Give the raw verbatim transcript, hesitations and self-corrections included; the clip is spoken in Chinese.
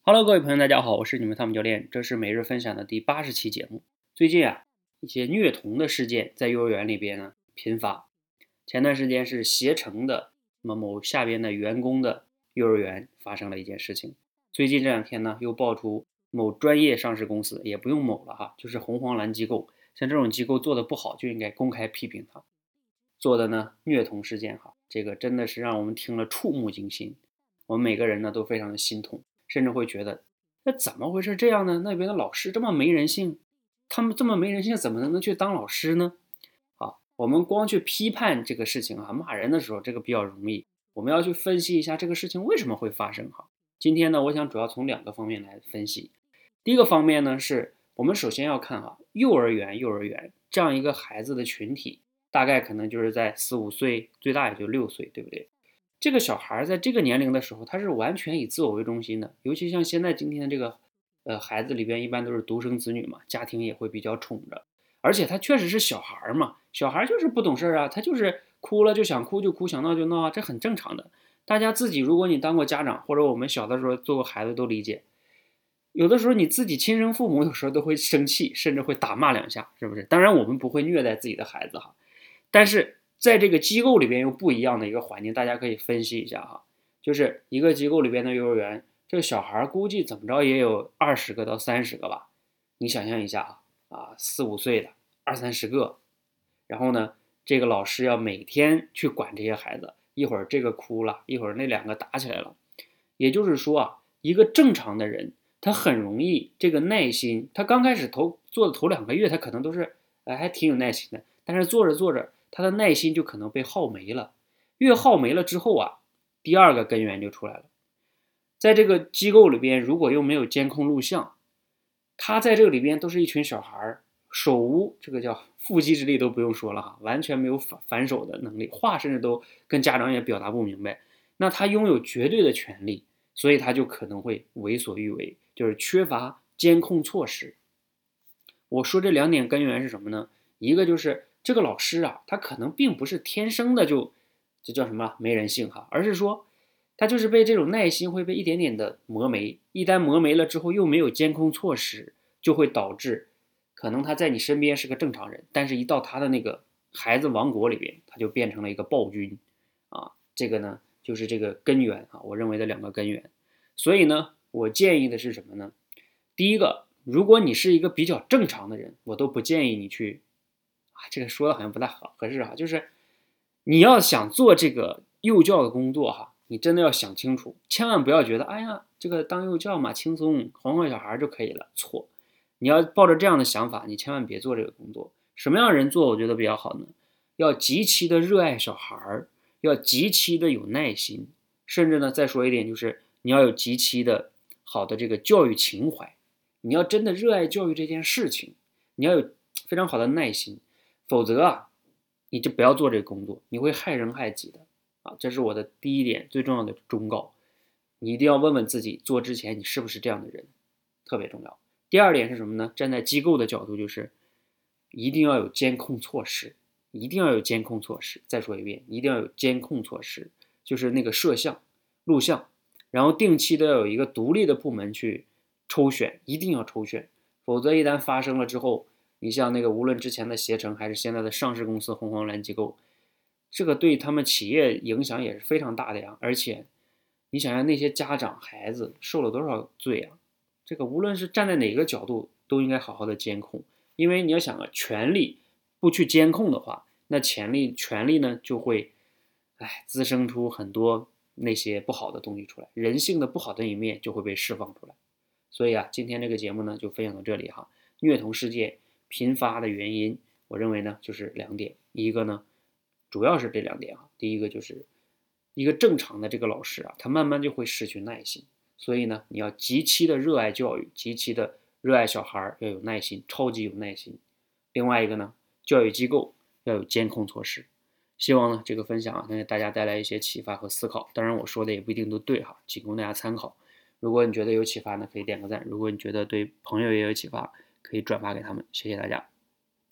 Hello，各位朋友，大家好，我是你们汤姆教练，这是每日分享的第八十期节目。最近啊，一些虐童的事件在幼儿园里边呢频发。前段时间是携程的那么某下边的员工的幼儿园发生了一件事情。最近这两天呢，又爆出某专业上市公司，也不用某了哈，就是红黄蓝机构，像这种机构做的不好，就应该公开批评它。做的呢虐童事件哈，这个真的是让我们听了触目惊心，我们每个人呢都非常的心痛。甚至会觉得，那怎么回事这样呢？那边的老师这么没人性，他们这么没人性，怎么能去当老师呢？好，我们光去批判这个事情啊，骂人的时候，这个比较容易。我们要去分析一下这个事情为什么会发生哈。今天呢，我想主要从两个方面来分析。第一个方面呢，是我们首先要看哈，幼儿园，幼儿园这样一个孩子的群体，大概可能就是在四五岁，最大也就六岁，对不对？这个小孩在这个年龄的时候，他是完全以自我为中心的，尤其像现在今天的这个，呃，孩子里边一般都是独生子女嘛，家庭也会比较宠着，而且他确实是小孩嘛，小孩就是不懂事啊，他就是哭了就想哭就哭，想闹就闹啊，这很正常的。大家自己，如果你当过家长，或者我们小的时候做过孩子都理解，有的时候你自己亲生父母有时候都会生气，甚至会打骂两下，是不是？当然我们不会虐待自己的孩子哈，但是在这个机构里边又不一样的一个环境，大家可以分析一下哈，就是一个机构里边的幼儿园，这个小孩估计怎么着也有二十个到三十个吧，你想象一下啊，啊四五岁的二三十个，然后呢，这个老师要每天去管这些孩子，一会儿这个哭了，一会儿那两个打起来了，也就是说啊，一个正常的人，他很容易这个耐心，他刚开始头做的头两个月，他可能都是哎还挺有耐心的，但是做着做着，他的耐心就可能被耗没了。越耗没了之后啊，第二个根源就出来了。在这个机构里边，如果又没有监控录像，他在这个里边都是一群小孩，手无这个叫腹肌之力都不用说了哈，完全没有反反手的能力，话甚至都跟家长也表达不明白。那他拥有绝对的权利，所以他就可能会为所欲为，就是缺乏监控措施。我说这两点根源是什么呢？一个就是这个老师啊，他可能并不是天生的就这叫什么没人性哈，而是说他就是被这种耐心会被一点点的磨没，一旦磨没了之后又没有监控措施，就会导致可能他在你身边是个正常人，但是一到他的那个孩子王国里边，他就变成了一个暴君啊。这个呢就是这个根源啊，我认为的两个根源。所以呢，我建议的是什么呢？第一个，如果你是一个比较正常的人，我都不建议你去啊，这个说的好像不太好合适哈，就是你要想做这个幼教的工作哈，你真的要想清楚，千万不要觉得哎呀，这个当幼教嘛轻松，哄哄小孩就可以了。错，你要抱着这样的想法，你千万别做这个工作。什么样的人做我觉得比较好呢？要极其的热爱小孩，要极其的有耐心，甚至呢再说一点，就是你要有极其的好的这个教育情怀，你要真的热爱教育这件事情，你要有非常好的耐心，否则啊，你就不要做这个工作，你会害人害己的啊！这是我的第一点最重要的忠告，你一定要问问自己，做之前你是不是这样的人，特别重要。第二点是什么呢？站在机构的角度，就是一定要有监控措施，一定要有监控措施。再说一遍，一定要有监控措施，就是那个摄像、录像，然后定期的有一个独立的部门去抽选，一定要抽选，否则一旦发生了之后，你像那个无论之前的携程还是现在的上市公司红黄蓝机构，这个对他们企业影响也是非常大的呀。而且你想想那些家长孩子受了多少罪啊，这个无论是站在哪个角度都应该好好的监控。因为你要想啊，权力不去监控的话，那权力权力呢就会哎滋生出很多那些不好的东西出来，人性的不好的一面就会被释放出来。所以啊，今天这个节目呢就分享到这里哈。虐童事件频发的原因，我认为呢就是两点，一个呢主要是这两点啊，第一个就是一个正常的这个老师啊，他慢慢就会失去耐心，所以呢你要极其的热爱教育，极其的热爱小孩，要有耐心，超级有耐心。另外一个呢，教育机构要有监控措施。希望呢这个分享啊能给大家带来一些启发和思考，当然我说的也不一定都对哈，仅供大家参考。如果你觉得有启发呢，可以点个赞；如果你觉得对朋友也有启发，可以转发给他们。谢谢大家。